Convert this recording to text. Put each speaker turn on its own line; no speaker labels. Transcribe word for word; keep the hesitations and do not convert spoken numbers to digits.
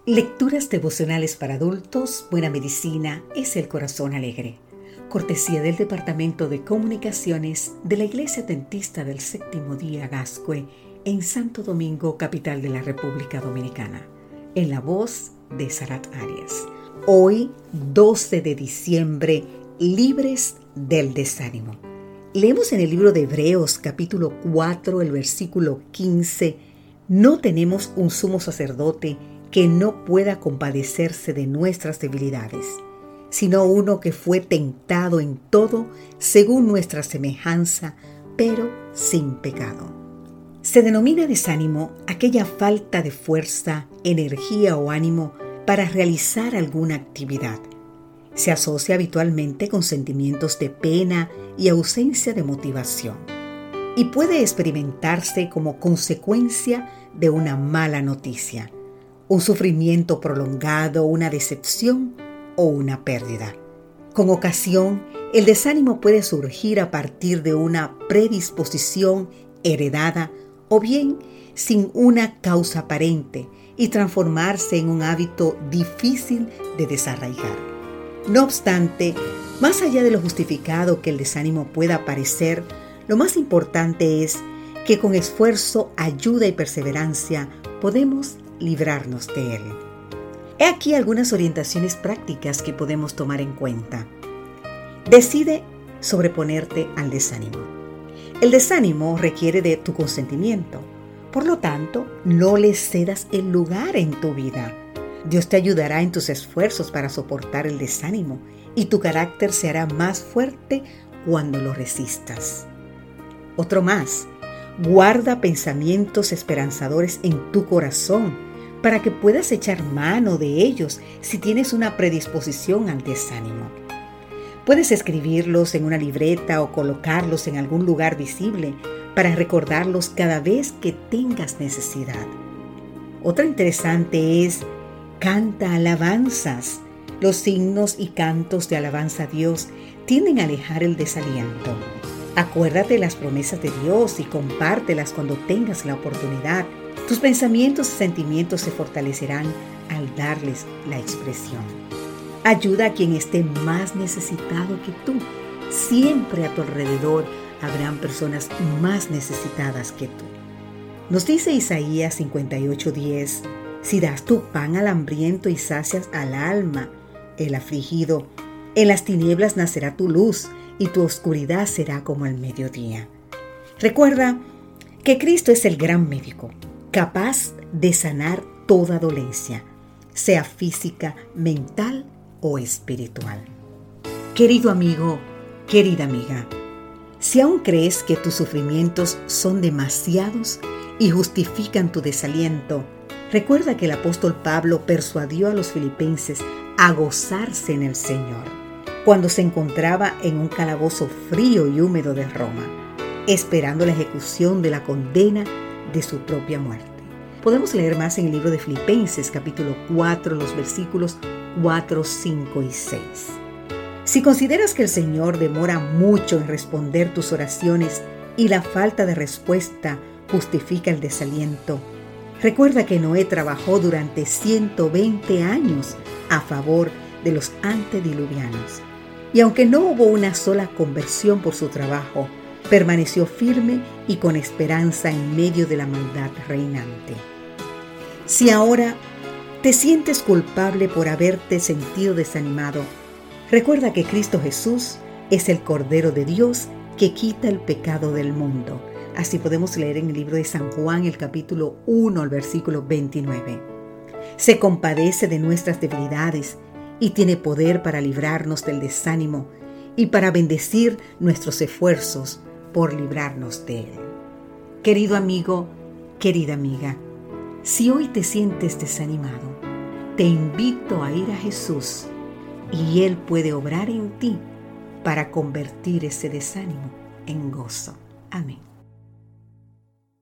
Lecturas devocionales para adultos. Buena medicina es el corazón alegre. Cortesía del Departamento de Comunicaciones de la Iglesia Adventista del Séptimo Día Gascue en Santo Domingo, capital de la República Dominicana. En la voz de Sarat Arias. Hoy, doce de diciembre, libres del desánimo. Leemos en el libro de Hebreos, capítulo cuatro, el versículo quince. No tenemos un sumo sacerdote que no pueda compadecerse de nuestras debilidades, sino uno que fue tentado en todo según nuestra semejanza, pero sin pecado. Se denomina desánimo aquella falta de fuerza, energía o ánimo para realizar alguna actividad. Se asocia habitualmente con sentimientos de pena y ausencia de motivación, y puede experimentarse como consecuencia de una mala noticia, un sufrimiento prolongado, una decepción o una pérdida. Con ocasión, el desánimo puede surgir a partir de una predisposición heredada o bien sin una causa aparente y transformarse en un hábito difícil de desarraigar. No obstante, más allá de lo justificado que el desánimo pueda parecer, lo más importante es que con esfuerzo, ayuda y perseverancia podemos librarnos de él. He aquí algunas orientaciones prácticas que podemos tomar en cuenta. Decide sobreponerte al desánimo. El desánimo requiere de tu consentimiento. Por lo tanto, no le cedas el lugar en tu vida. Dios te ayudará en tus esfuerzos para soportar el desánimo y tu carácter se hará más fuerte cuando lo resistas. Otro más, guarda pensamientos esperanzadores en tu corazón para que puedas echar mano de ellos si tienes una predisposición al desánimo. Puedes escribirlos en una libreta o colocarlos en algún lugar visible para recordarlos cada vez que tengas necesidad. Otra interesante es, canta alabanzas. Los himnos y cantos de alabanza a Dios tienden a alejar el desaliento. Acuérdate de las promesas de Dios y compártelas cuando tengas la oportunidad. Tus pensamientos y sentimientos se fortalecerán al darles la expresión. Ayuda a quien esté más necesitado que tú. Siempre a tu alrededor habrán personas más necesitadas que tú. Nos dice Isaías cincuenta y ocho diez, si das tu pan al hambriento y sacias al alma, el afligido, en las tinieblas nacerá tu luz y tu oscuridad será como el mediodía. Recuerda que Cristo es el gran médico, capaz de sanar toda dolencia, sea física, mental o espiritual. Querido amigo, querida amiga, si aún crees que tus sufrimientos son demasiados y justifican tu desaliento, recuerda que el apóstol Pablo persuadió a los filipenses a gozarse en el Señor cuando se encontraba en un calabozo frío y húmedo de Roma, esperando la ejecución de la condena de su propia muerte. Podemos leer más en el libro de Filipenses, capítulo cuatro, los versículos cuatro, cinco y seis. Si consideras que el Señor demora mucho en responder tus oraciones y la falta de respuesta justifica el desaliento, recuerda que Noé trabajó durante ciento veinte años a favor de los antediluvianos. Y aunque no hubo una sola conversión por su trabajo, permaneció firme y con esperanza en medio de la maldad reinante. Si ahora te sientes culpable por haberte sentido desanimado, recuerda que Cristo Jesús es el Cordero de Dios que quita el pecado del mundo. Así podemos leer en el libro de San Juan, el capítulo uno, el versículo veintinueve. Se compadece de nuestras debilidades y tiene poder para librarnos del desánimo y para bendecir nuestros esfuerzos por librarnos de él. Querido amigo, querida amiga, si hoy te sientes desanimado, te invito a ir a Jesús y Él puede obrar en ti para convertir ese desánimo en gozo. Amén.